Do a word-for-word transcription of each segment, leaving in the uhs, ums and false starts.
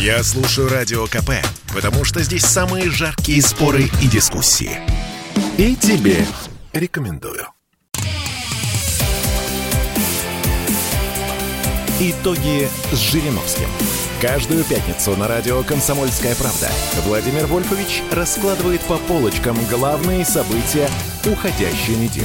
Я слушаю Радио КП, потому что здесь самые жаркие споры и дискуссии. И тебе рекомендую. Итоги с Жириновским. Каждую пятницу на радио «Комсомольская правда» Владимир Вольфович раскладывает по полочкам главные события уходящей недели.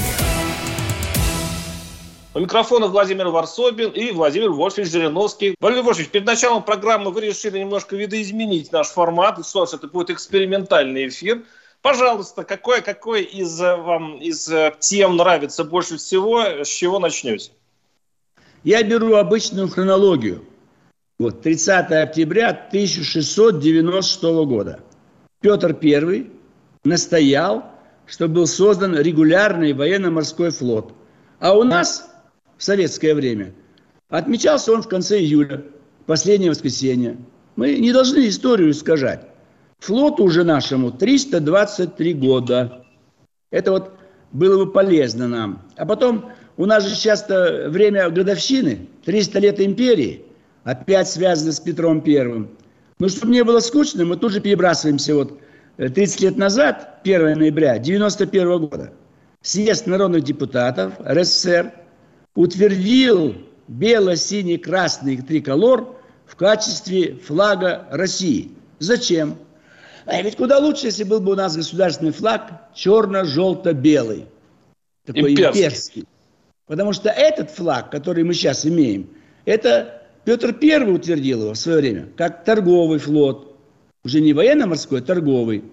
У микрофона Владимир Варсобин и Владимир Вольфович Жириновский. Владимир Вольфович, перед началом программы вы решили немножко видоизменить наш формат. И, собственно, это будет экспериментальный эфир. Пожалуйста, какой, какой из вам из тем нравится больше всего? С чего начнете? Я беру обычную хронологию. Вот, тридцатого октября тысяча шестьсот девяносто шестого года. Петр Первый настоял, что был создан регулярный военно-морской флот. А у нас в советское время отмечался он в конце июля, последнее воскресенье. Мы не должны историю искажать. Флоту уже нашему триста двадцать три года. Это вот было бы полезно нам. А потом у нас же часто время годовщины, триста лет империи, опять связано с Петром Первым. Но чтобы не было скучно, мы тут же перебрасываемся вот тридцать лет назад, первого ноября девяносто первого года. Съезд народных депутатов РСФСР утвердил бело-синий-красный триколор в качестве флага России. Зачем? А ведь куда лучше, если был бы у нас государственный флаг черно-желто-белый. Такой имперский. имперский. Потому что этот флаг, который мы сейчас имеем, это Петр Первый утвердил его в свое время, как торговый флот. Уже не военно-морской, а торговый.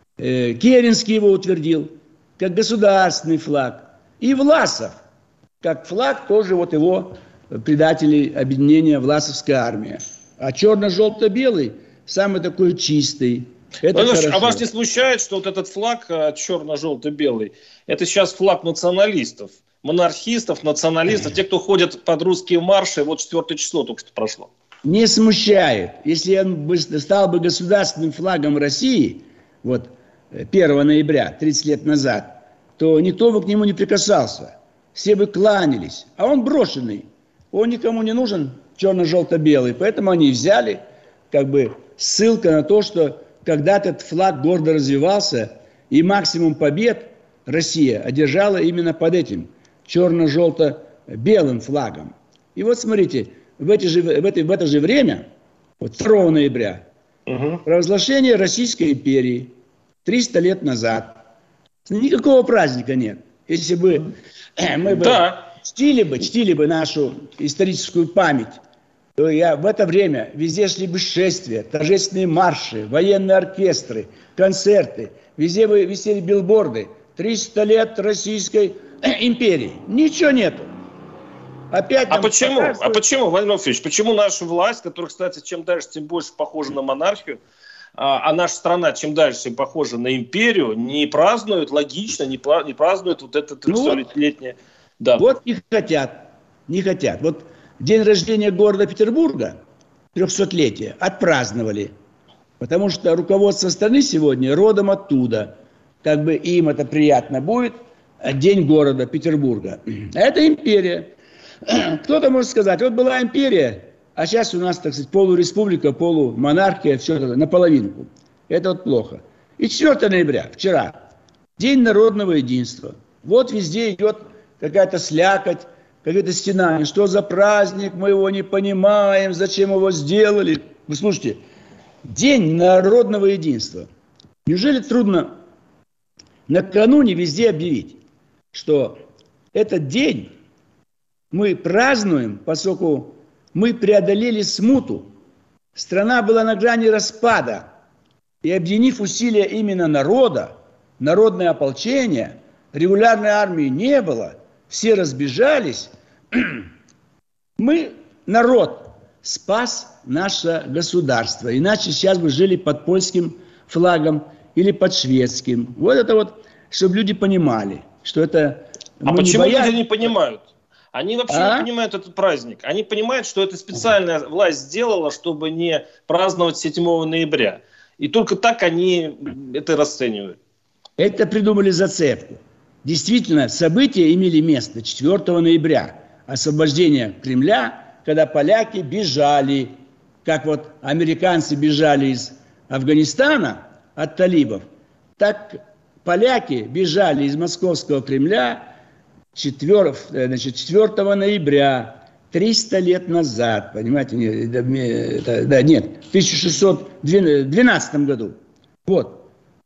Э, Керенский его утвердил как государственный флаг. И Власов, как флаг, тоже вот его предатели объединения Власовская армия. А черно-желто-белый самый такой чистый. Это а вас не смущает, что вот этот флаг черно-желто-белый, это сейчас флаг националистов, монархистов, националистов, те, кто ходят под русские марши, вот четвертое число только что прошло? Не смущает. Если он стал бы государственным флагом России, вот первого ноября, тридцать лет назад, то никто бы к нему не прикасался. Все бы кланялись. А он брошенный. Он никому не нужен, черно-желто-белый. Поэтому они взяли, как бы, ссылка на то, что когда-то этот флаг гордо развивался, и максимум побед Россия одержала именно под этим черно-желто-белым флагом. И вот смотрите, в, эти же, в, это, в это же время, вот второго ноября, угу. провозглашение Российской империи, триста лет назад. Никакого праздника нет. Если бы мы бы да. чтили бы, чтили бы нашу историческую память, то я в это время везде шли бы шествия, торжественные марши, военные оркестры, концерты. Везде бы висели билборды. триста лет Российской империи. Ничего нету. Опять а почему? Показывают... А почему, Владимир Владимирович, почему наша власть, которая, кстати, чем дальше, тем больше похожа на монархию, а наша страна, чем дальше, похожа на империю, не празднует, логично, не празднует вот это трехсотлетнее. Ну, вот не хотят, не хотят. Вот день рождения города Петербурга, трехсотлетие, отпраздновали. Потому что руководство страны сегодня родом оттуда. Как бы им это приятно будет, день города Петербурга. Это империя. Кто-то может сказать, вот была империя, а сейчас у нас, так сказать, полуреспублика, полумонархия, все это наполовинку. Это вот плохо. И четвертого ноября, вчера, День народного единства. Вот везде идет какая-то слякоть, какая-то стена. Что за праздник, мы его не понимаем, зачем его сделали. Вы слушайте, День народного единства. Неужели трудно накануне везде объявить, что этот день мы празднуем, поскольку мы преодолели смуту. Страна была на грани распада. И объединив усилия именно народа, народное ополчение, регулярной армии не было, все разбежались, мы, народ, спас наше государство. Иначе сейчас бы жили под польским флагом или под шведским. Вот это вот, чтобы люди понимали, что это... А почему не люди не понимают? Они вообще а? не понимают этот праздник. Они понимают, что это специальная власть сделала, чтобы не праздновать седьмого ноября. И только так они это расценивают. Это придумали зацепку. Действительно, события имели место четвертого ноября. Освобождение Кремля, когда поляки бежали. как вот американцы бежали из Афганистана от талибов, так поляки бежали из Московского Кремля четвёртого ноября, триста лет назад, понимаете, нет, да, нет, в тысяча шестьсот двенадцатом году. Вот.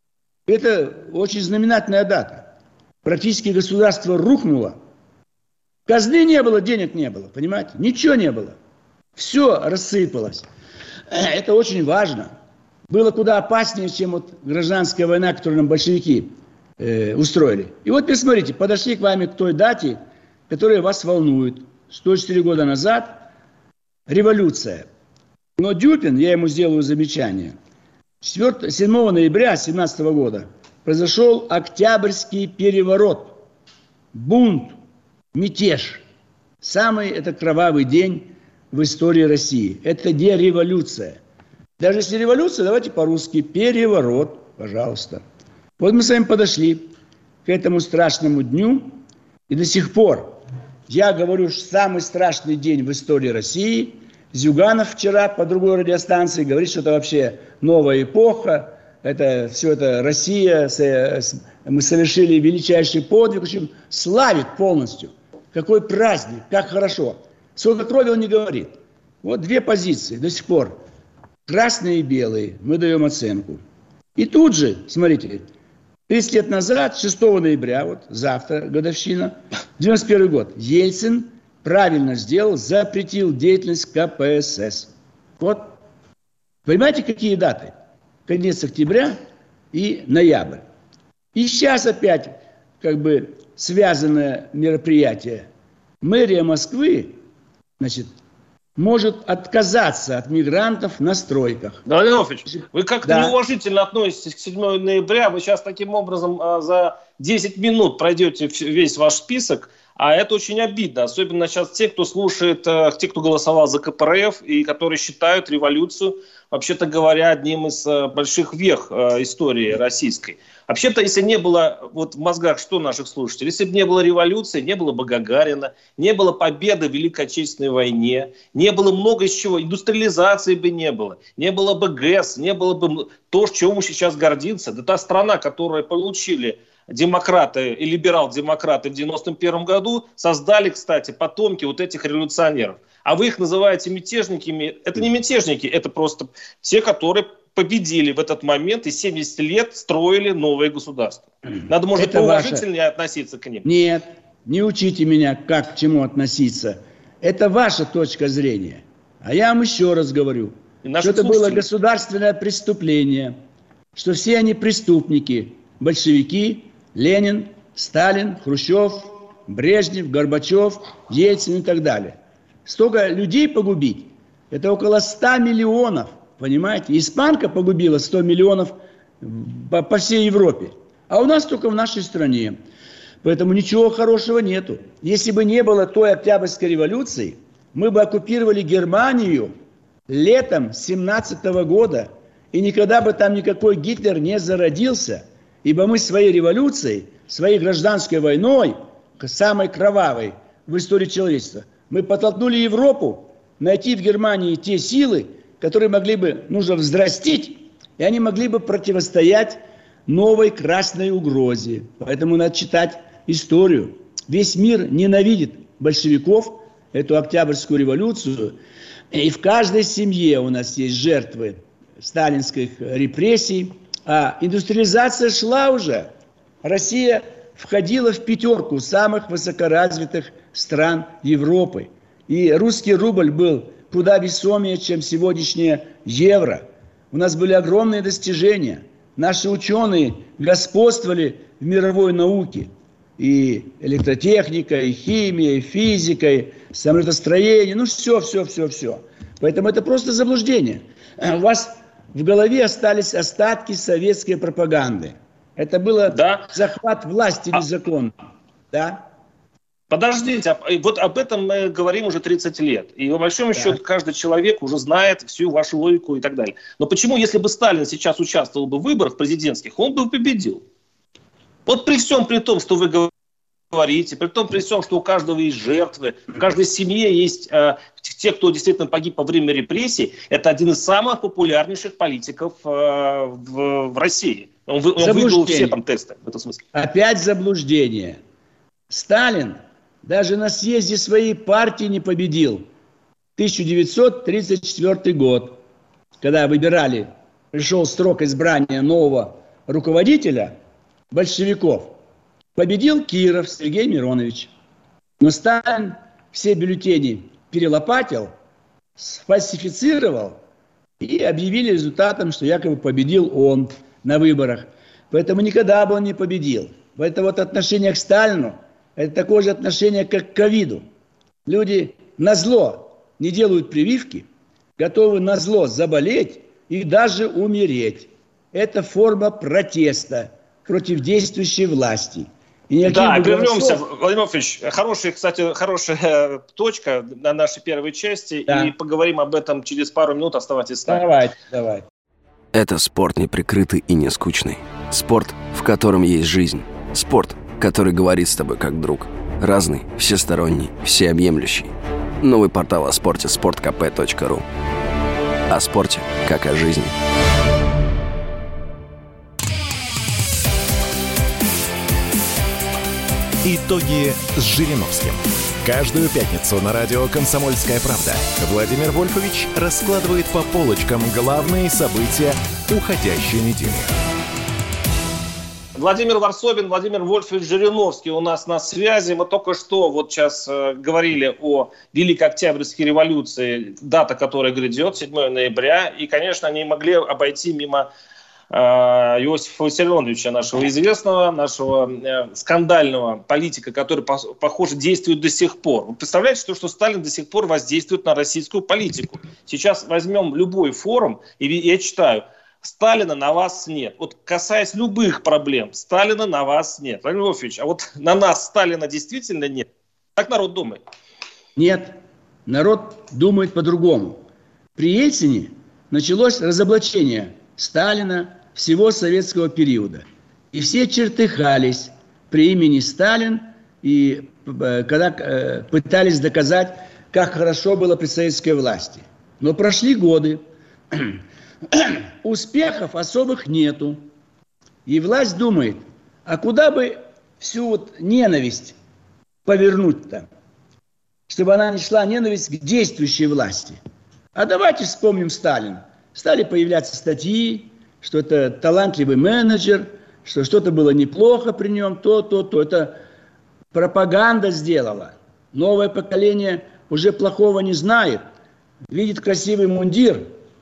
Это очень знаменательная дата. Практически государство рухнуло. Казны не было, денег не было, понимаете? Ничего не было. Все рассыпалось. Это очень важно. Было куда опаснее, чем вот гражданская война, которую нам большевики э, устроили. И вот посмотрите, подошли к вами к той дате, которая вас волнует. сто четыре года назад революция. Но Дюпин, я ему сделаю замечание, седьмого ноября тысяча девятьсот семнадцатого года произошел Октябрьский переворот, бунт, мятеж. Самый это кровавый день в истории России. Это не революция. Даже если революция, давайте по-русски переворот, пожалуйста. Вот мы с вами подошли к этому страшному дню, и до сих пор я говорю, что самый страшный день в истории России. Зюганов вчера по другой радиостанции говорит, что это вообще новая эпоха, это все это Россия, мы совершили величайший подвиг, в общем, славит полностью. Какой праздник, как хорошо. Сколько крови он не говорит. Вот две позиции до сих пор. Красные и белые. Мы даем оценку. И тут же, смотрите, тридцать лет назад, шестого ноября, вот завтра годовщина, девяносто первый год, Ельцин правильно сделал, запретил деятельность ка пэ эс эс. Вот. Понимаете, какие даты? Конец октября и ноябрь. И сейчас опять как бы связанное мероприятие. Мэрия Москвы, значит, может отказаться от мигрантов на стройках. Да, Владимир Вольфович, вы как-то да. неуважительно относитесь к седьмого ноября. Вы сейчас таким образом а, за десять минут пройдете весь ваш список. А это очень обидно. Особенно сейчас те, кто слушает, а, те, кто голосовал за ка пэ эр эф и которые считают революцию, вообще-то говоря, одним из а, больших вех а, истории российской. Вообще-то, если не было вот в мозгах что наших слушателей, если бы не было революции, не было бы Гагарина, не было победы в Великой Отечественной войне, не было много из чего, индустриализации бы не было, не было бы ГЭС, не было бы то, чему мы сейчас гордимся. Да та страна, которую получили демократы и либерал-демократы в девяносто первом году, создали, кстати, потомки вот этих революционеров. А вы их называете мятежниками. Это не мятежники, это просто те, которые победили в этот момент и семьдесят лет строили новое государство. Надо, может, это поуважительнее ваша... относиться к ним. Нет, не учите меня, как к чему относиться. Это ваша точка зрения. А я вам еще раз говорю, что это было государственное преступление, что все они преступники. Большевики, Ленин, Сталин, Хрущев, Брежнев, Горбачев, Ельцин и так далее. Столько людей погубить, это около ста миллионов. Понимаете? Испанка погубила сто миллионов по, по всей Европе. А у нас только в нашей стране. Поэтому ничего хорошего нету. Если бы не было той Октябрьской революции, мы бы оккупировали Германию летом семнадцатого года. И никогда бы там никакой Гитлер не зародился. Ибо мы своей революцией, своей гражданской войной, самой кровавой в истории человечества, мы подтолкнули Европу найти в Германии те силы, которые могли бы, нужно взрастить, и они могли бы противостоять новой красной угрозе. Поэтому надо читать историю. Весь мир ненавидит большевиков, эту Октябрьскую революцию, и в каждой семье у нас есть жертвы сталинских репрессий, а индустриализация шла уже. Россия входила в пятерку самых высокоразвитых стран Европы. И русский рубль был куда весомее, чем сегодняшнее евро. У нас были огромные достижения. Наши ученые господствовали в мировой науке. И электротехника, и химия, и физика, и самолетостроение. Ну, все, все, все, все. Поэтому это просто заблуждение. У вас в голове остались остатки советской пропаганды. Это было да. захват власти незаконный. Да? Подождите, вот об этом мы говорим уже тридцать лет. И по большому да. счету каждый человек уже знает всю вашу логику и так далее. Но почему, если бы Сталин сейчас участвовал бы в выборах президентских, он бы победил? Вот при всем при том, что вы говорите, говорите, при том, при всем, что у каждого есть жертвы, в каждой семье есть э, те, кто действительно погиб во время репрессий, это один из самых популярнейших политиков э, в, в России. Он, вы, он выиграл все там тесты в этом смысле. Опять заблуждение. Сталин даже на съезде своей партии не победил. тысяча девятьсот тридцать четвёртый год, когда выбирали, пришел срок избрания нового руководителя большевиков, победил Киров Сергей Миронович. Но Сталин все бюллетени перелопатил, сфальсифицировал и объявили результатом, что якобы победил он на выборах. Поэтому никогда бы он не победил. Это вот отношение к Сталину, это такое же отношение, как к ковиду. Люди назло не делают прививки, готовы назло заболеть и даже умереть. Это форма протеста против действующей власти. И да, прервемся, Владимир Вольфович. Хорошая, кстати, хорошая точка на нашей первой части. Да. И поговорим об этом через пару минут. Оставайтесь с нами. Давай, давай. Это спорт неприкрытый и не скучный. Спорт, в котором есть жизнь. Спорт, который говорит с тобой как друг. Разный, всесторонний, всеобъемлющий. Новый портал о спорте – спорт кэ пэ точка ру. О спорте, как о жизни. Итоги с Жириновским. Каждую пятницу на радио «Комсомольская правда» Владимир Вольфович раскладывает по полочкам главные события уходящей недели. Владимир Варсобин, Владимир Вольфович Жириновский у нас на связи. Мы только что вот сейчас э, говорили о Великой Октябрьской революции, дата которой грядет, седьмого ноября. И, конечно, не могли обойти мимо Иосифа Виссарионовича, нашего известного, нашего э, скандального политика, который, по, похоже, действует до сих пор. Вы представляете, что, что Сталин до сих пор воздействует на российскую политику? Сейчас возьмем любой форум, и я читаю: Сталина на вас нет. Вот касаясь любых проблем, Сталина на вас нет. Владимир Вольфович, а вот на нас Сталина действительно нет? Так народ думает? Нет, народ думает по-другому. При Ельцине началось разоблачение Сталина, всего советского периода. И все чертыхались при имени Сталин, и э, когда э, пытались доказать, как хорошо было при советской власти. Но прошли годы, успехов особых нету. И власть думает, а куда бы всю вот ненависть повернуть-то, чтобы она не шла, ненависть, к действующей власти. А давайте вспомним Сталина. Стали появляться статьи, что это талантливый менеджер, что что-то было неплохо при нем, то, то, то. Это пропаганда сделала. Новое поколение уже плохого не знает. Видит красивый мундир.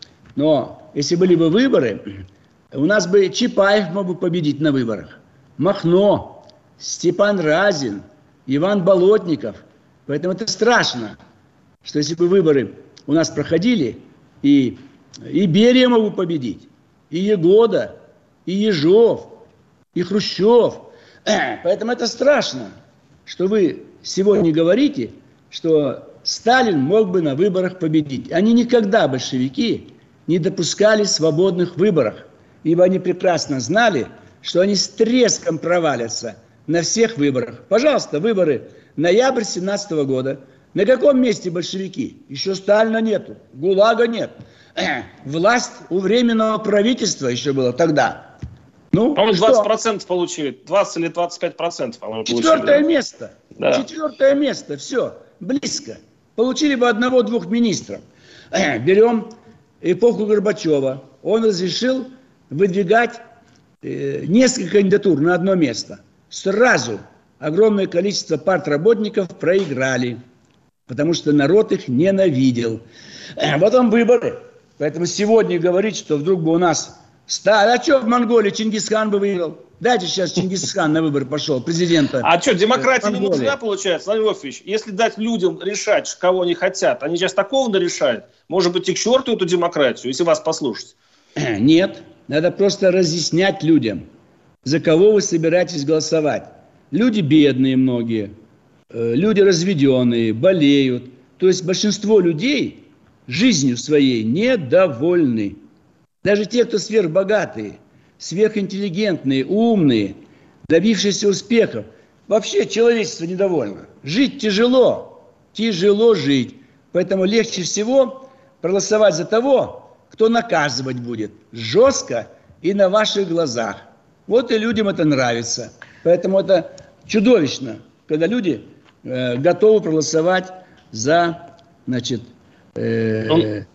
Но если были бы выборы, у нас бы Чапаев мог бы победить на выборах. Махно, Степан Разин, Иван Болотников. Поэтому это страшно, что если бы выборы у нас проходили, и, и Берия мог бы победить, и Егода, и Ежов, и Хрущев. Поэтому это страшно, что вы сегодня говорите, что Сталин мог бы на выборах победить. Они никогда, большевики, не допускали свободных выборов, ибо они прекрасно знали, что они с треском провалятся на всех выборах. Пожалуйста, выборы ноябрь семнадцатого года. На каком месте большевики? Еще Сталина нету, ГУЛАГа нет. Власть у Временного правительства еще было тогда. Ну, по-моему, двадцать процентов получили. двадцать или двадцать пять процентов, по-моему, получили. Четвертое место. Да. Четвертое место. Все. Близко. Получили бы одного-двух министров. Берем эпоху Горбачева. Он разрешил выдвигать э, несколько кандидатур на одно место. Сразу огромное количество партработников проиграли. Потому что народ их ненавидел. Потом выборы. Поэтому сегодня говорить, что вдруг бы у нас... А что в Монголии Чингисхан бы выиграл? Дайте сейчас Чингисхан на выборы пошел, президента. А что, демократия не нужна, получается, Владимир Вольфович? Если дать людям решать, кого они хотят, они сейчас такого нарешают, может быть, и к черту эту демократию, если вас послушать? Нет, надо просто разъяснять людям, за кого вы собираетесь голосовать. Люди бедные многие, люди разведенные, болеют. То есть большинство людей жизнью своей недовольны. Даже те, кто сверхбогатые, сверхинтеллигентные, умные, добившиеся успехов, вообще человечество недовольно. Жить тяжело, тяжело жить. Поэтому легче всего проголосовать за того, кто наказывать будет жестко и на ваших глазах. Вот и людям это нравится. Поэтому это чудовищно, когда люди э, готовы проголосовать за, значит, э, Он...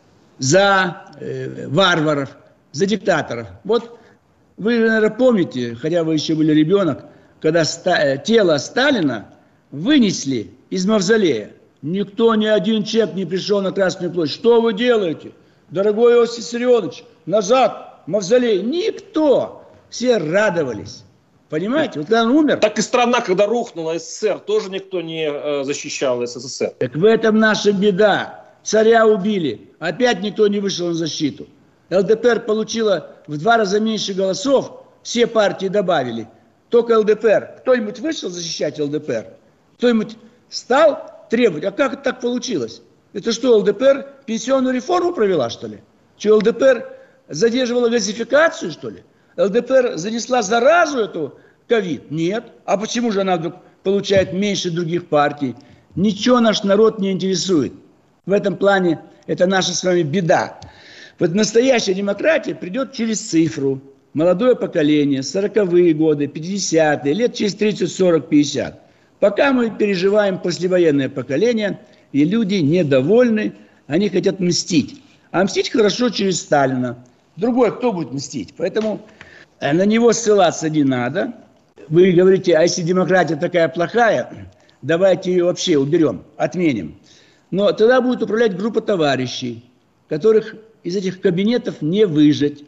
за э, варваров, за диктаторов. Вот вы, наверное, помните, хотя вы еще были ребенок, когда ста- тело Сталина вынесли из мавзолея. Никто, ни один человек не пришел на Красную площадь. Что вы делаете? Дорогой Иосиф Виссарионович, назад, мавзолей. Никто. Все радовались. Понимаете? Вот когда он умер... Так и страна, когда рухнула СССР, тоже никто не э, защищал СССР. Так в этом наша беда. Царя убили. Опять никто не вышел на защиту. ЛДПР получила в два раза меньше голосов. Все партии добавили. Только ЛДПР. Кто-нибудь вышел защищать ЛДПР? Кто-нибудь стал требовать? А как это так получилось? Это что, ЛДПР пенсионную реформу провела, что ли? Что, ЛДПР задерживала газификацию, что ли? ЛДПР занесла заразу эту, ковид? Нет. А почему же она вдруг получает меньше других партий? Ничего наш народ не интересует. В этом плане это наша с вами беда. Вот настоящая демократия придет через цифру. Молодое поколение, сороковые годы, пятидесятые, лет через тридцать, сорок, пятьдесят. Пока мы переживаем послевоенное поколение, и люди недовольны, они хотят мстить. А мстить хорошо через Сталина. Другой кто будет мстить? Поэтому на него ссылаться не надо. Вы говорите, а если демократия такая плохая, давайте ее вообще уберем, отменим. Но тогда будет управлять группа товарищей, которых из этих кабинетов не выжать.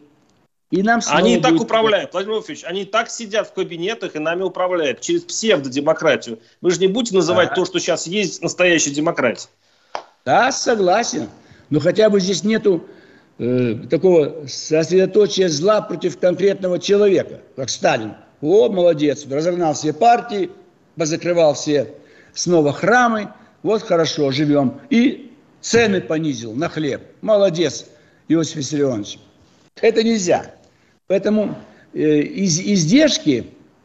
И нам они и так будет... управляют, Владимир Вольфович, они и так сидят в кабинетах и нами управляют через псевдодемократию. Вы же не будете называть да. то, что сейчас есть настоящей демократией. Да, согласен. Но хотя бы здесь нету э, такого сосредоточия зла против конкретного человека, как Сталин. О, молодец, разогнал все партии, позакрывал все снова храмы. Вот хорошо, живем. И цены понизил на хлеб. Молодец, Иосиф Виссарионович. Это нельзя. Поэтому э, из, издержки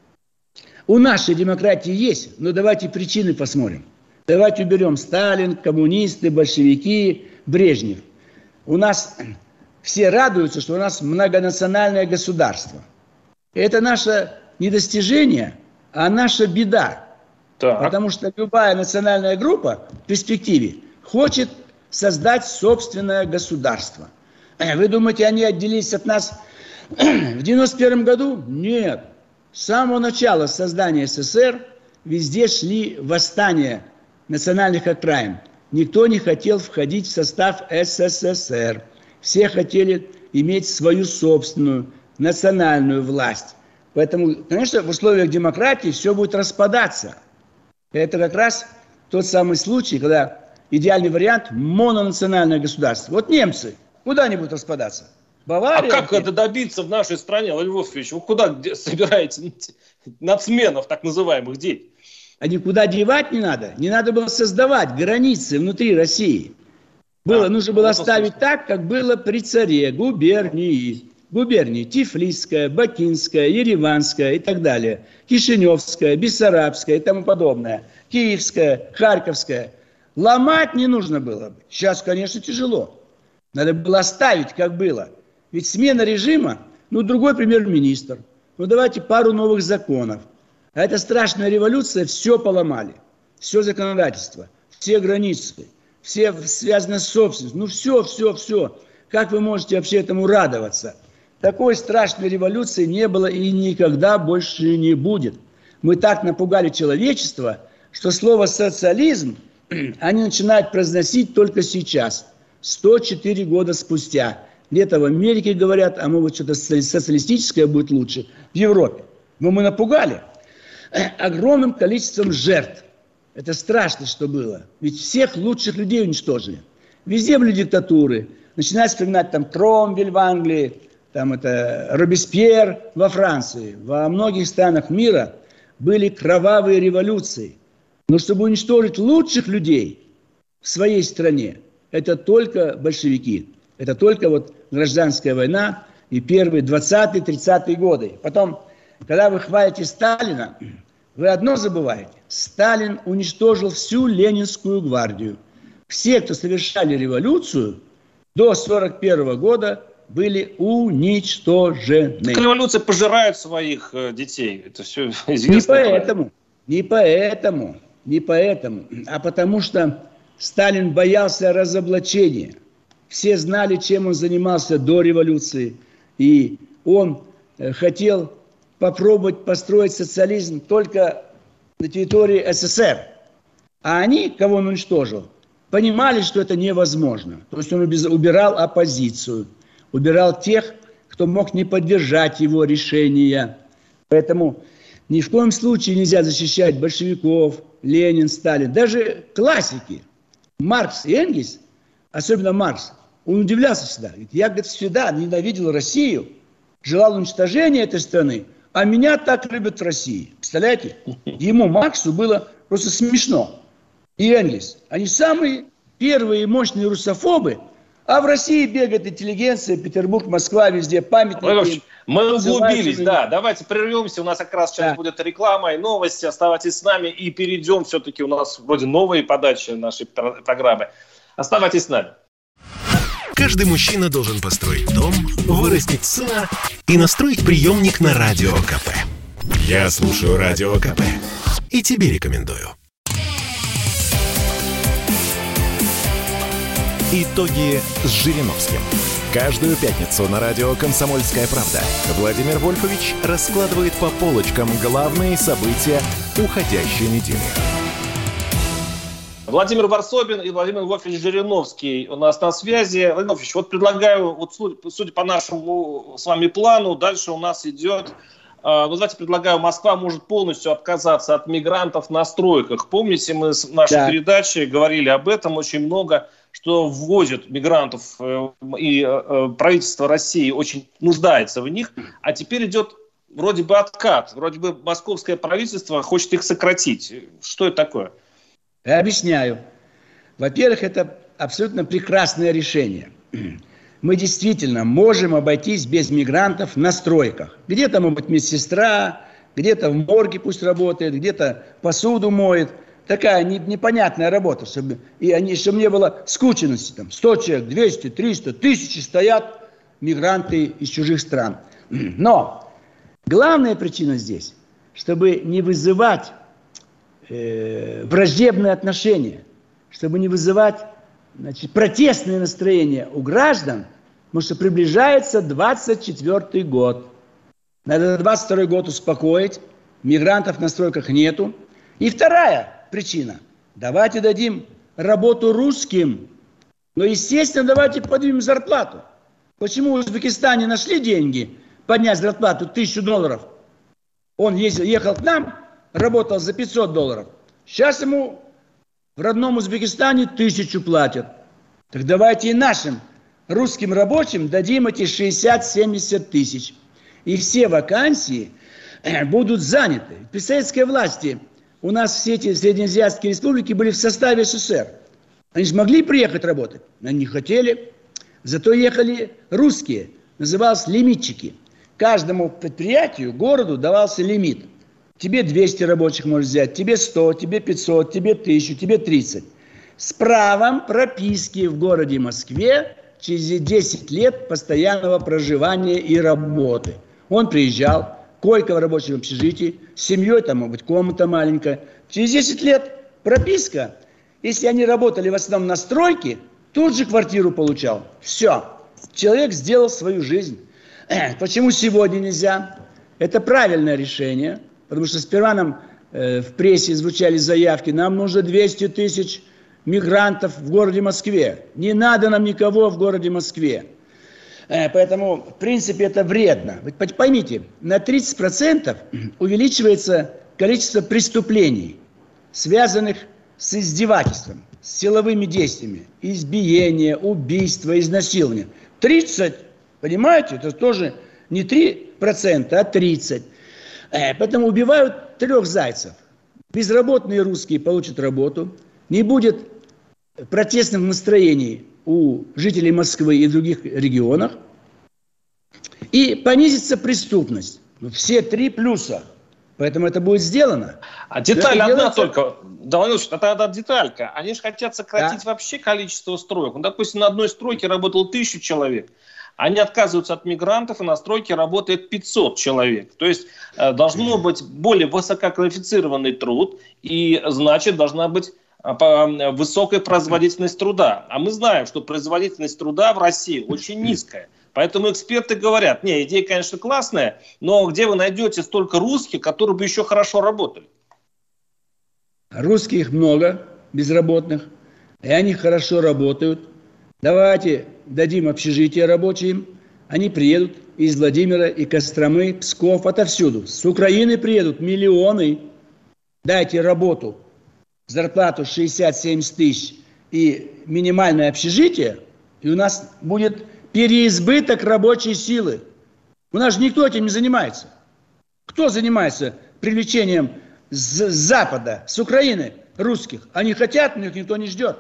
у нашей демократии есть. Но давайте причины посмотрим. Давайте уберем Сталин, коммунисты, большевики, Брежнев. У нас все радуются, что у нас многонациональное государство. Это наше не достижение, а наша беда. Так. Потому что любая национальная группа в перспективе хочет создать собственное государство. Вы думаете, они отделились от нас в девяносто первом году? Нет. С самого начала создания СССР везде шли восстания национальных окраин. Никто не хотел входить в состав СССР. Все хотели иметь свою собственную национальную власть. Поэтому, конечно, в условиях демократии все будет распадаться. Это как раз тот самый случай, когда идеальный вариант – мононациональное государство. Вот немцы, куда они будут распадаться? Бавария? А как это добиться в нашей стране, Владимир Вольфович? Вы куда собираете нацменов, так называемых, детей? А никуда девать не надо. Не надо было создавать границы внутри России. Было, да, нужно было оставить слышно. Так, как было при царе. Губернии. Губернии. Тифлисская, Бакинская, Ереванская и так далее. Кишиневская, Бессарабская и тому подобное. Киевская, Харьковская. Ломать не нужно было. Сейчас, конечно, тяжело. Надо было оставить, как было. Ведь смена режима, ну, другой премьер-министр. Ну, давайте пару новых законов. А эта страшная революция все поломали. Все законодательство, все границы, все связано с собственностью. Ну, все, все, все. Как вы можете вообще этому радоваться? Такой страшной революции не было и никогда больше не будет. Мы так напугали человечество, что слово «социализм» они начинают произносить только сейчас, сто четыре года спустя. Лето в Америке говорят, а может что-то социалистическое будет лучше в Европе. Но мы напугали огромным количеством жертв. Это страшно, что было. Ведь всех лучших людей уничтожили. Везде были диктатуры. Начинают вспоминать там Кромвель в Англии, там это Робеспьер во Франции. Во многих странах мира были кровавые революции. Но чтобы уничтожить лучших людей в своей стране, это только большевики. Это только вот гражданская война и первые двадцатые-тридцатые годы. Потом, когда вы хвалите Сталина, вы одно забываете. Сталин уничтожил всю Ленинскую гвардию. Все, кто совершали революцию, до сорок первого года были уничтожены. Так революция пожирает своих э, детей. Это все известно. Не поэтому, не поэтому, не поэтому, а потому что Сталин боялся разоблачения. Все знали, чем он занимался до революции. И он э, хотел попробовать построить социализм только на территории СССР. А они, кого он уничтожил, понимали, что это невозможно. То есть он убирал оппозицию, убирал тех, кто мог не поддержать его решения. Поэтому ни в коем случае нельзя защищать большевиков, Ленин, Сталин. Даже классики, Маркс и Энгельс, особенно Маркс, он удивлялся всегда. Говорит, я, говорит, всегда ненавидел Россию, желал уничтожения этой страны, а меня так любят в России. Представляете? Ему, Марксу, было просто смешно. И Энгельс. Они самые первые мощные русофобы, а в России бегает интеллигенция, Петербург, Москва, везде памятники. Мы углубились, да. Давайте прервемся. У нас как раз сейчас да. будет реклама и новости. Оставайтесь с нами и перейдем. Все-таки у нас вроде новые подачи нашей программы. Оставайтесь с нами. Каждый мужчина должен построить дом, вырастить сына и настроить приемник на Радио КП. Я слушаю Радио КП и тебе рекомендую. Итоги с Жириновским. Каждую пятницу на радио «Комсомольская правда» Владимир Вольфович раскладывает по полочкам главные события уходящей недели. Владимир Варсобин и Владимир Вольфович Жириновский у нас на связи. Владимир Вольфович, вот предлагаю, вот судя по нашему с вами плану, дальше у нас идет, ну, давайте предлагаю, Москва может полностью отказаться от мигрантов на стройках. Помните, мы в нашей да. передаче говорили об этом очень много, что ввозят мигрантов, и правительство России очень нуждается в них, а теперь идет вроде бы откат, вроде бы московское правительство хочет их сократить. Что это такое? Я объясняю. Во-первых, это абсолютно прекрасное решение. Мы действительно можем обойтись без мигрантов на стройках. Где-то, может быть, медсестра, где-то в морге пусть работает, где-то посуду моет. Такая непонятная работа, чтобы, и они, чтобы не было скученности. Там сто человек, двести, триста, тысячи стоят мигранты из чужих стран. Но главная причина здесь, чтобы не вызывать э, враждебные отношения, чтобы не вызывать, значит, протестные настроения у граждан, потому что приближается двадцать четвёртый год. Надо двадцать второй год успокоить, мигрантов на стройках нету. И вторая причина. Давайте дадим работу русским, но, естественно, давайте поднимем зарплату. Почему в Узбекистане нашли деньги поднять зарплату тысячу долларов? Он ездил, ехал к нам, работал за пятьсот долларов. Сейчас ему в родном Узбекистане тысячу платят. Так давайте и нашим русским рабочим дадим эти шестьдесят-семьдесят тысяч. И все вакансии будут заняты. При советской власти у нас все эти среднеазиатские республики были в составе СССР. Они же могли приехать работать, но они не хотели. Зато ехали русские, назывались лимитчики. Каждому предприятию, городу давался лимит. Тебе двести рабочих можешь взять, тебе сто, тебе пятьсот, тебе тысячу, тебе тридцать. С правом прописки в городе Москве через десять лет постоянного проживания и работы. Он приезжал, койка в рабочем общежитии, с семьей, там, может быть, комната маленькая. Через десять лет прописка. Если они работали в основном на стройке, тут же квартиру получал. Все. Человек сделал свою жизнь. Почему сегодня нельзя? Это правильное решение. Потому что сперва нам э, в прессе звучали заявки, нам нужно двести тысяч мигрантов в городе Москве. Не надо нам никого в городе Москве. Э, поэтому, в принципе, это вредно. Вы поймите, на тридцать процентов увеличивается количество преступлений, связанных с издевательством, с силовыми действиями. Избиение, убийство, изнасилование. тридцать, понимаете, это тоже не три процента, а тридцать процентов. Поэтому убивают трех зайцев. Безработные русские получат работу, не будет протестных настроений у жителей Москвы и других регионах, и понизится преступность. Все три плюса. Поэтому это будет сделано. А деталь одна делается... только. Да, Владимир, это одна деталька. Они же хотят сократить да. вообще количество строек. Ну, допустим, на одной стройке работало тысячу человек. Они отказываются от мигрантов, и на стройке работает пятьсот человек. То есть э, должно быть более высококвалифицированный труд, и значит должна быть э, высокая производительность труда. А мы знаем, что производительность труда в России очень низкая. Поэтому эксперты говорят, не, идея, конечно, классная, но где вы найдете столько русских, которые бы еще хорошо работали? Русских много, безработных, и они хорошо работают. Давайте дадим общежитие рабочим, они приедут из Владимира, и Костромы, Псков, отовсюду. С Украины приедут миллионы. Дайте работу, зарплату шестьдесят-семьдесят тысяч и минимальное общежитие, и у нас будет переизбыток рабочей силы. У нас же никто этим не занимается. Кто занимается привлечением с Запада, с Украины русских? Они хотят, но их никто не ждет.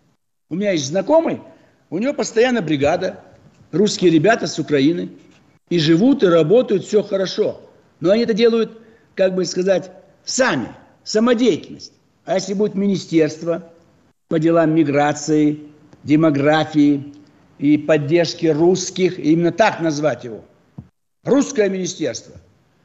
У меня есть знакомый, у него постоянно бригада, русские ребята с Украины, и живут, и работают, все хорошо. Но они это делают, как бы сказать, сами, самодеятельность. А если будет министерство по делам миграции, демографии и поддержки русских, именно так назвать его, русское министерство,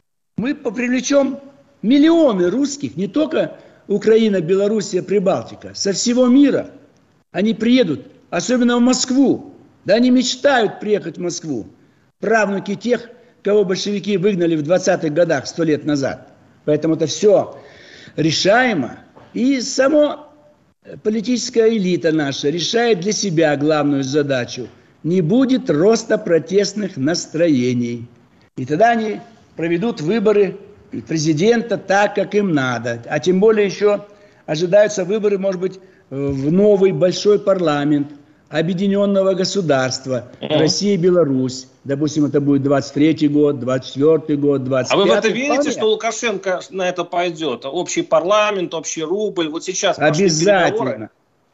мы привлечем миллионы русских, не только Украина, Белоруссия, Прибалтика, со всего мира. Они приедут, особенно в Москву. Да они мечтают приехать в Москву. Правнуки тех, кого большевики выгнали в двадцатых годах, сто лет назад. Поэтому это все решаемо. И сама политическая элита наша решает для себя главную задачу. Не будет роста протестных настроений. И тогда они проведут выборы президента так, как им надо. А тем более еще ожидаются выборы, может быть, в новый большой парламент объединенного государства, mm-hmm. Россия и Беларусь. Допустим, это будет двадцать третий год, двадцать четвёртый год, двадцать пятый. А вы в это верите, вполне? Что Лукашенко на это пойдет? Общий парламент, общий рубль. Вот сейчас обязательно.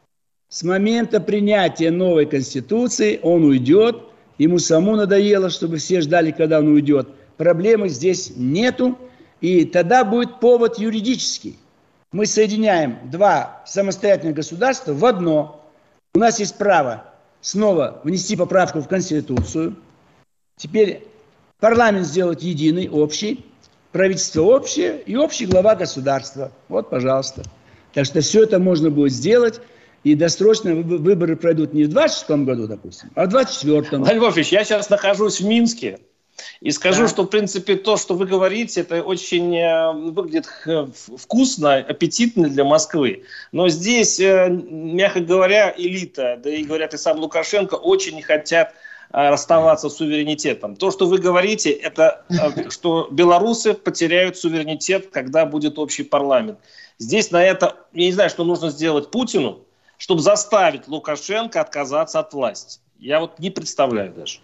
С момента принятия новой конституции он уйдет. Ему самому надоело, чтобы все ждали, когда он уйдет. Проблемы здесь нету. И тогда будет повод юридический. Мы соединяем два самостоятельных государства в одно. У нас есть право снова внести поправку в Конституцию. Теперь парламент сделать единый, общий, правительство общее и общий глава государства. Вот, пожалуйста. Так что все это можно будет сделать. И досрочные выборы пройдут не в двадцать шестом году, допустим, а в двадцать четвёртом. Владимир Вольфович, я сейчас нахожусь в Минске. И скажу, да. что, в принципе, то, что вы говорите, это очень выглядит вкусно, аппетитно для Москвы. Но здесь, мягко говоря, элита, да и, говорят, и сам Лукашенко, очень не хотят расставаться с суверенитетом. То, что вы говорите, это что белорусы потеряют суверенитет, когда будет общий парламент. Здесь на это, я не знаю, что нужно сделать Путину, чтобы заставить Лукашенко отказаться от власти. Я вот не представляю даже.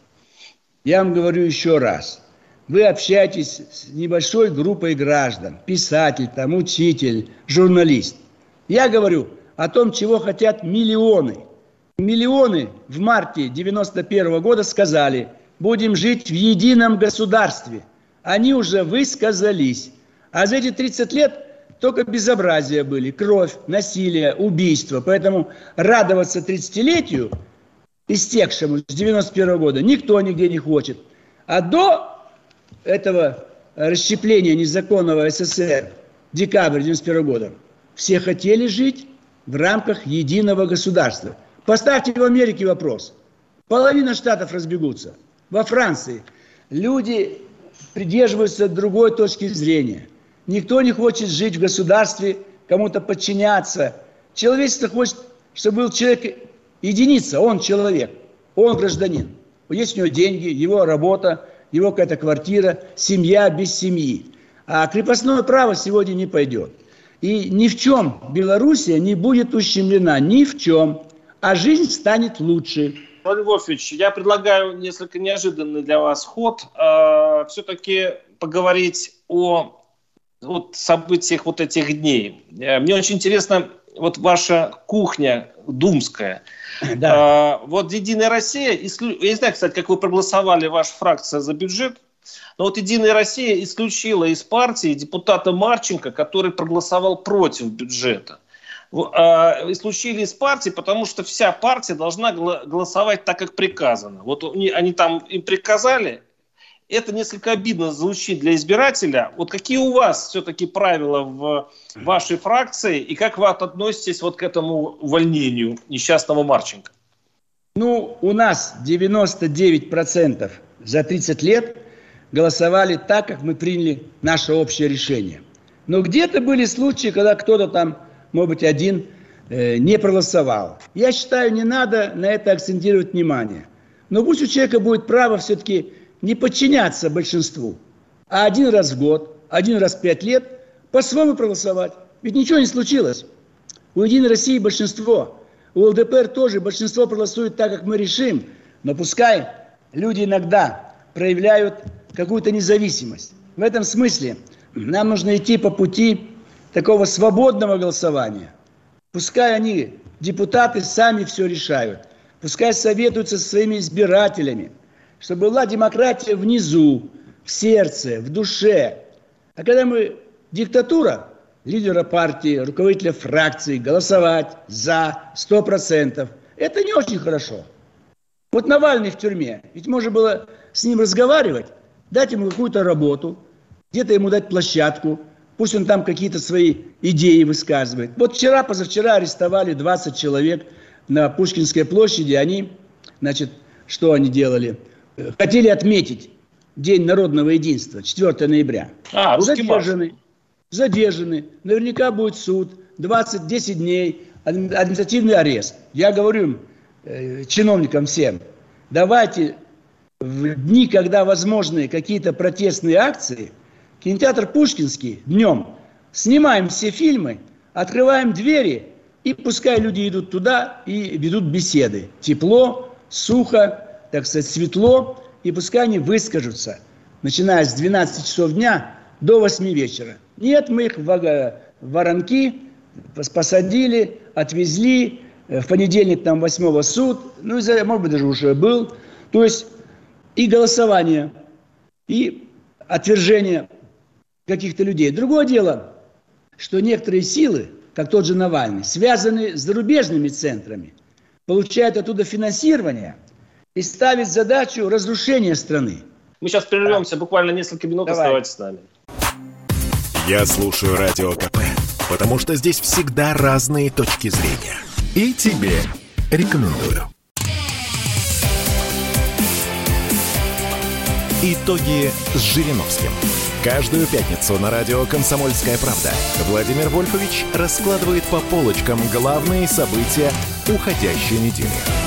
Я вам говорю еще раз. Вы общаетесь с небольшой группой граждан. Писатель, там, учитель, журналист. Я говорю о том, чего хотят миллионы. Миллионы в марте девяносто первого года сказали, будем жить в едином государстве. Они уже высказались. А за эти тридцать лет только безобразия были. Кровь, насилие, убийство. Поэтому радоваться тридцатилетию истекшему с девяносто первого года никто нигде не хочет. А до этого расщепления незаконного СССР, декабрь девяносто первого года, все хотели жить в рамках единого государства. Поставьте в Америке вопрос. Половина штатов разбегутся. Во Франции люди придерживаются другой точки зрения. Никто не хочет жить в государстве, кому-то подчиняться. Человечество хочет, чтобы был человек единица, он человек, он гражданин. Есть у него деньги, его работа, его какая-то квартира, семья без семьи. А крепостное право сегодня не пойдет. И ни в чем Белоруссия не будет ущемлена, ни в чем. А жизнь станет лучше. Владимир Вольфович, я предлагаю несколько неожиданный для вас ход. Э, все-таки поговорить о вот, событиях вот этих дней. Э, мне очень интересно, вот ваша кухня думская. Да. Э, вот «Единая Россия», я не знаю, кстати, как вы проголосовали, ваша фракция, за бюджет Но вот «Единая Россия» исключила из партии депутата Марченко, который проголосовал против бюджета. Исключили из партии, потому что вся партия должна голосовать так, как приказано. Вот они там им приказали. Это несколько обидно звучит для избирателя. Вот какие у вас все-таки правила в вашей фракции и как вы относитесь вот к этому увольнению несчастного Марченко? Ну, у нас девяносто девять процентов за тридцать лет голосовали так, как мы приняли наше общее решение. Но где-то были случаи, когда кто-то там, может быть, один э, не проголосовал. Я считаю, не надо на это акцентировать внимание. Но пусть у человека будет право все-таки не подчиняться большинству, а один раз в год, один раз в пять лет по-своему проголосовать. Ведь ничего не случилось. У «Единой России» большинство, у ЛДПР тоже большинство проголосует так, как мы решим. Но пускай люди иногда проявляют какую-то независимость. В этом смысле нам нужно идти по пути такого свободного голосования. Пускай они, депутаты, сами все решают. Пускай советуются со своими избирателями, чтобы была демократия внизу, в сердце, в душе. А когда мы диктатура лидера партии, руководителя фракции, голосовать за сто процентов, это не очень хорошо. Вот Навальный в тюрьме, ведь можно было с ним разговаривать, дать ему какую-то работу, где-то ему дать площадку, пусть он там какие-то свои идеи высказывает. Вот вчера, позавчера арестовали двадцать человек на Пушкинской площади, они, значит, что они делали? Хотели отметить День народного единства, четвёртого ноября. А, задержаны, задержаны. Наверняка будет суд, двадцать десять дней, административный арест. Я говорю им, э, чиновникам всем, давайте в дни, когда возможны какие-то протестные акции, кинотеатр Пушкинский днем, снимаем все фильмы, открываем двери, и пускай люди идут туда и ведут беседы. Тепло, сухо, так сказать, светло, и пускай они выскажутся, начиная с двенадцати часов дня до восьми вечера. Нет, мы их в воронки посадили, отвезли, в понедельник там восьмого суд, ну, и, может быть, даже уже был. То есть и голосование, и отвержение каких-то людей. Другое дело, что некоторые силы, как тот же Навальный, связаны с зарубежными центрами, получают оттуда финансирование и ставят задачу разрушения страны. Мы сейчас прервемся, буквально несколько минут, Давай. Оставайтесь с нами. Я слушаю Радио КП, потому что здесь всегда разные точки зрения. И тебе рекомендую. Итоги с Жириновским. Каждую пятницу на радио «Комсомольская правда» Владимир Вольфович раскладывает по полочкам главные события уходящей недели.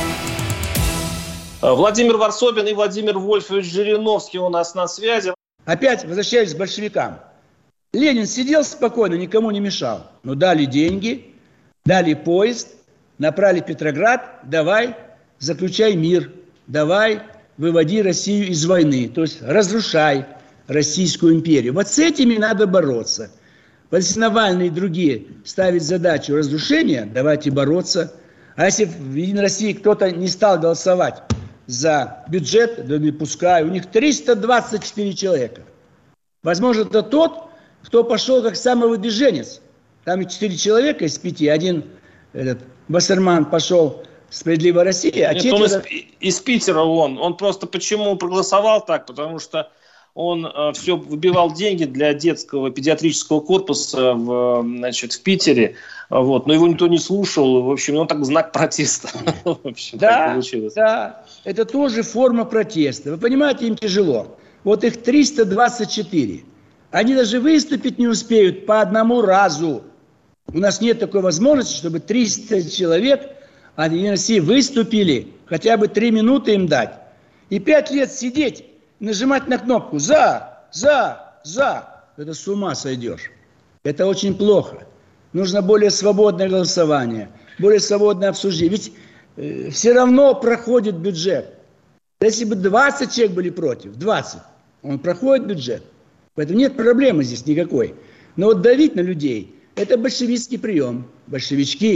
Владимир Варсобин и Владимир Вольфович Жириновский у нас на связи. Опять возвращаюсь к большевикам. Ленин сидел спокойно, никому не мешал. Но дали деньги, дали поезд, направили в Петроград, давай, заключай мир, давай, выводи Россию из войны, то есть разрушай Российскую империю. Вот с этими надо бороться. Если Навальный и другие ставят задачу разрушения, давайте бороться. А если в «Единой России» кто-то не стал голосовать за бюджет, да не пускай, у них триста двадцать четыре человека. Возможно, это тот, кто пошел как самовыдвиженец. Там и четыре человека из пяти, один этот, Басерман пошел «Справедливая Россия», а Нет, четверо... он из, из Питера он. Он просто почему проголосовал так? Потому что он э, все выбивал деньги для детского педиатрического корпуса в, значит, в Питере. Вот. Но его никто не слушал. В общем, он так знак протеста. В общем, да, так получилось. Да, это тоже форма протеста. Вы понимаете, им тяжело. Вот их триста двадцать четыре. Они даже выступить не успеют по одному разу. У нас нет такой возможности, чтобы триста человек от «Единой России» выступили, хотя бы три минуты им дать. И пять лет сидеть, нажимать на кнопку «За, за, за». Это с ума сойдешь. Это очень плохо. Нужно более свободное голосование, более свободное обсуждение. Ведь э, все равно проходит бюджет. Если бы двадцать человек были против, двадцать, он проходит бюджет. Поэтому нет проблемы здесь никакой. Но вот давить на людей – это большевистский прием. Большевички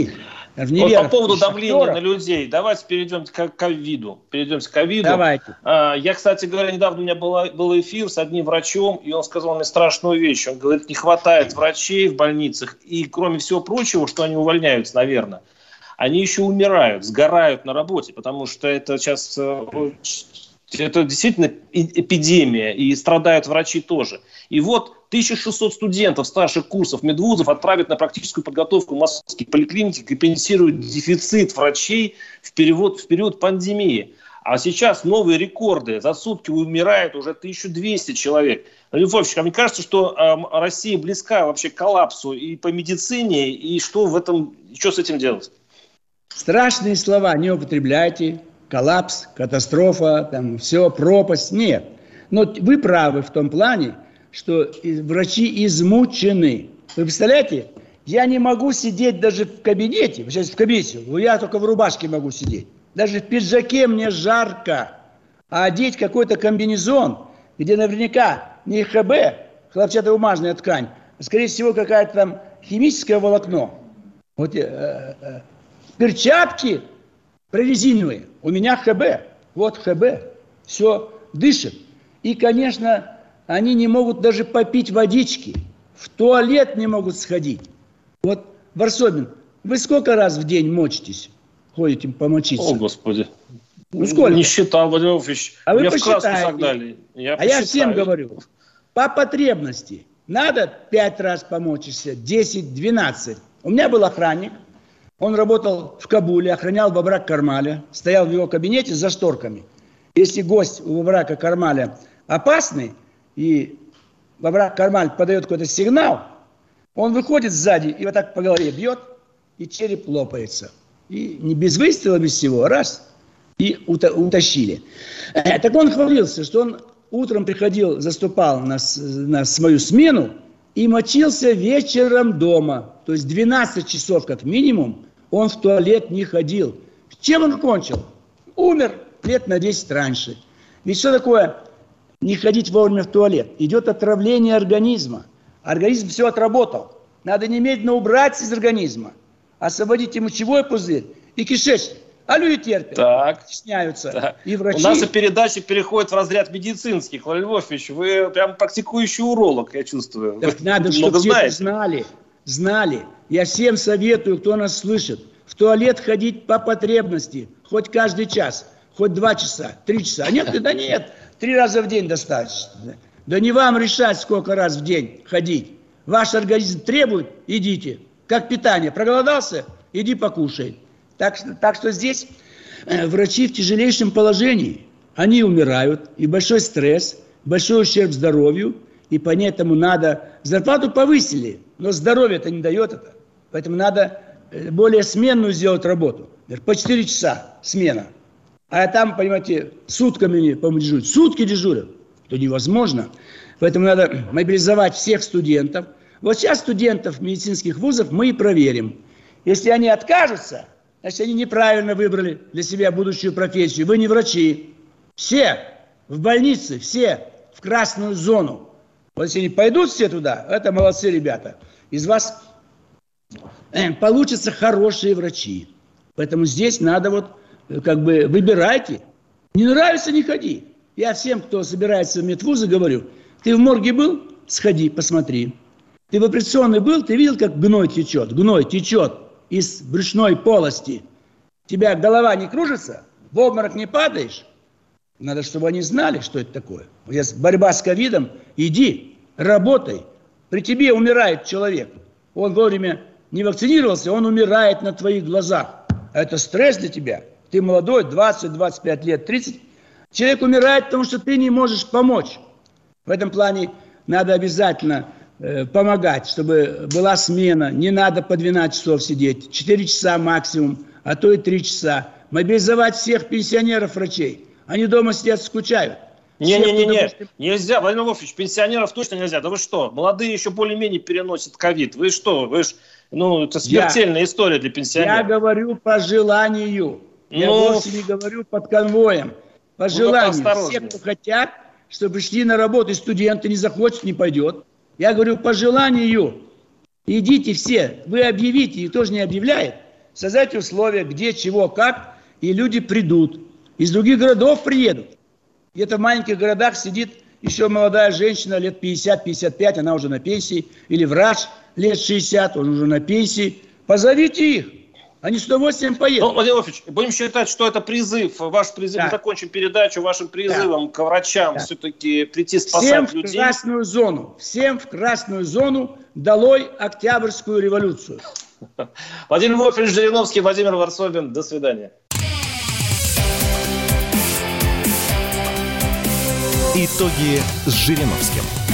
Вот по поводу давления на людей, давайте перейдем к ковиду. Перейдем к ковиду. Давайте. Я, кстати говоря, недавно у меня был, был эфир с одним врачом, и он сказал мне страшную вещь. Он говорит, не хватает врачей в больницах, и кроме всего прочего, что они увольняются, наверное, они еще умирают, сгорают на работе, потому что это сейчас... Это действительно эпидемия, и страдают врачи тоже. И вот тысяча шестьсот студентов старших курсов медвузов отправят на практическую подготовку в московские поликлиники, компенсируют дефицит врачей в период, в период пандемии. А сейчас новые рекорды. За сутки умирает уже тысяча двести человек. Львович, а мне кажется, что э, Россия близка вообще к коллапсу и по медицине, и что в этом, что с этим делать? Страшные слова не употребляйте. Коллапс, катастрофа, там все, пропасть. Нет. Но вы правы в том плане, что врачи измучены. Вы представляете? Я не могу сидеть даже в кабинете. Сейчас в кабинете. Я только в рубашке могу сидеть. Даже в пиджаке мне жарко. А одеть какой-то комбинезон, где наверняка не ХБ, хлопчатобумажная ткань, а скорее всего какая-то там химическое волокно. Вот э, э, перчатки прорезиновые. У меня ХБ. Вот ХБ. Все дышит. И, конечно, они не могут даже попить водички. В туалет не могут сходить. Вот, Варсобин, вы сколько раз в день мочитесь? Ходите помочиться? О, Господи. Ну, сколько? Не считал, Владимир Вольфович. А вы меня в краску посчитайте. согнали. Я а посчитаю. я всем говорю. По потребности. Надо пять раз помочишься, десять, двенадцать. У меня был охранник. Он работал в Кабуле, охранял Бабрак Кармаля, стоял в его кабинете за шторками. Если гость у Бабрака Кармаля опасный, и Бабрак Кармаль подает какой-то сигнал, он выходит сзади и вот так по голове бьет, и череп лопается. И не без выстрела, без всего, раз, и утащили. Так он хвалился, что он утром приходил, заступал на, на свою смену и мочился вечером дома. То есть двенадцать часов как минимум он в туалет не ходил. Чем он кончил? Умер лет на десять раньше. Ведь что такое не ходить вовремя в туалет? Идет отравление организма. Организм все отработал. Надо немедленно убрать из организма. Освободить и мочевой пузырь, и кишечник. А люди терпят, так, стесняются. Так. И врачи... У нас и передача переходит в разряд медицинских. Владимир Вольфович, вы прям практикующий уролог, я чувствую. Так вы надо, чтобы все это знали. Знали. Я всем советую, кто нас слышит, в туалет ходить по потребности. Хоть каждый час, хоть два часа, три часа. А нет, да нет, три раза в день достаточно. Да не вам решать, сколько раз в день ходить. Ваш организм требует, идите. Как питание. Проголодался? Иди покушай. Так что, так что здесь э, врачи в тяжелейшем положении. Они умирают, и большой стресс, большой ущерб здоровью, и поэтому надо... Зарплату повысили, но здоровье-то не дает это. Поэтому надо более сменную сделать работу. По четыре часа смена. А там, понимаете, сутками, по-моему, дежурят. Сутки дежурят. Это невозможно. Поэтому надо мобилизовать всех студентов. Вот сейчас студентов медицинских вузов мы и проверим. Если они откажутся, значит, они неправильно выбрали для себя будущую профессию. Вы не врачи. Все в больнице, все в красную зону. Вот если они пойдут все туда, это молодцы ребята. Из вас э, получатся хорошие врачи. Поэтому здесь надо вот как бы выбирайте. Не нравится, не ходи. Я всем, кто собирается в медвузы, говорю, ты в морге был? Сходи, посмотри. Ты в операционной был? Ты видел, как гной течет? Гной течет из брюшной полости. У тебя голова не кружится? В обморок не падаешь? Надо, чтобы они знали, что это такое. Сейчас борьба с ковидом. Иди, работай. При тебе умирает человек. Он вовремя не вакцинировался, он умирает на твоих глазах. А это стресс для тебя. Ты молодой, двадцать, двадцать пять лет, тридцать. Человек умирает, потому что ты не можешь помочь. В этом плане надо обязательно э, помогать, чтобы была смена. Не надо по двенадцать часов сидеть. четыре часа максимум, а то и три часа. Мобилизовать всех пенсионеров, врачей. Они дома сидят, скучают. Не-не-не, нельзя, Владимир Вольфович, пенсионеров точно нельзя. Да вы что, молодые еще более-менее переносят ковид. Вы что, вы ж, ну, это смертельная я, история для пенсионеров. Я говорю по желанию. Я ну, вовсе не говорю под конвоем. По желанию. Ну, все, кто хотят, чтобы шли на работу, и студенты не захочет, не пойдет. Я говорю по желанию. Идите все, вы объявите, и тоже не объявляет. создайте условия, где, чего, как, и люди придут. Из других городов приедут. Где-то в маленьких городах сидит еще молодая женщина, лет пятьдесят-пятьдесят пять, она уже на пенсии. Или врач лет шестьдесят, он уже на пенсии. Позовите их. Они с удовольствием поедут. Ну, Владимир Вольфович, будем считать, что это призыв. Ваш призыв, да. Мы закончим передачу вашим призывом да. к врачам да. все-таки прийти спасать Всем людей. Всем в красную зону. Всем в красную зону. Долой Октябрьскую революцию. Владимир Вольфович Жириновский, Владимир Варсобин. До свидания. Итоги с Жириновским.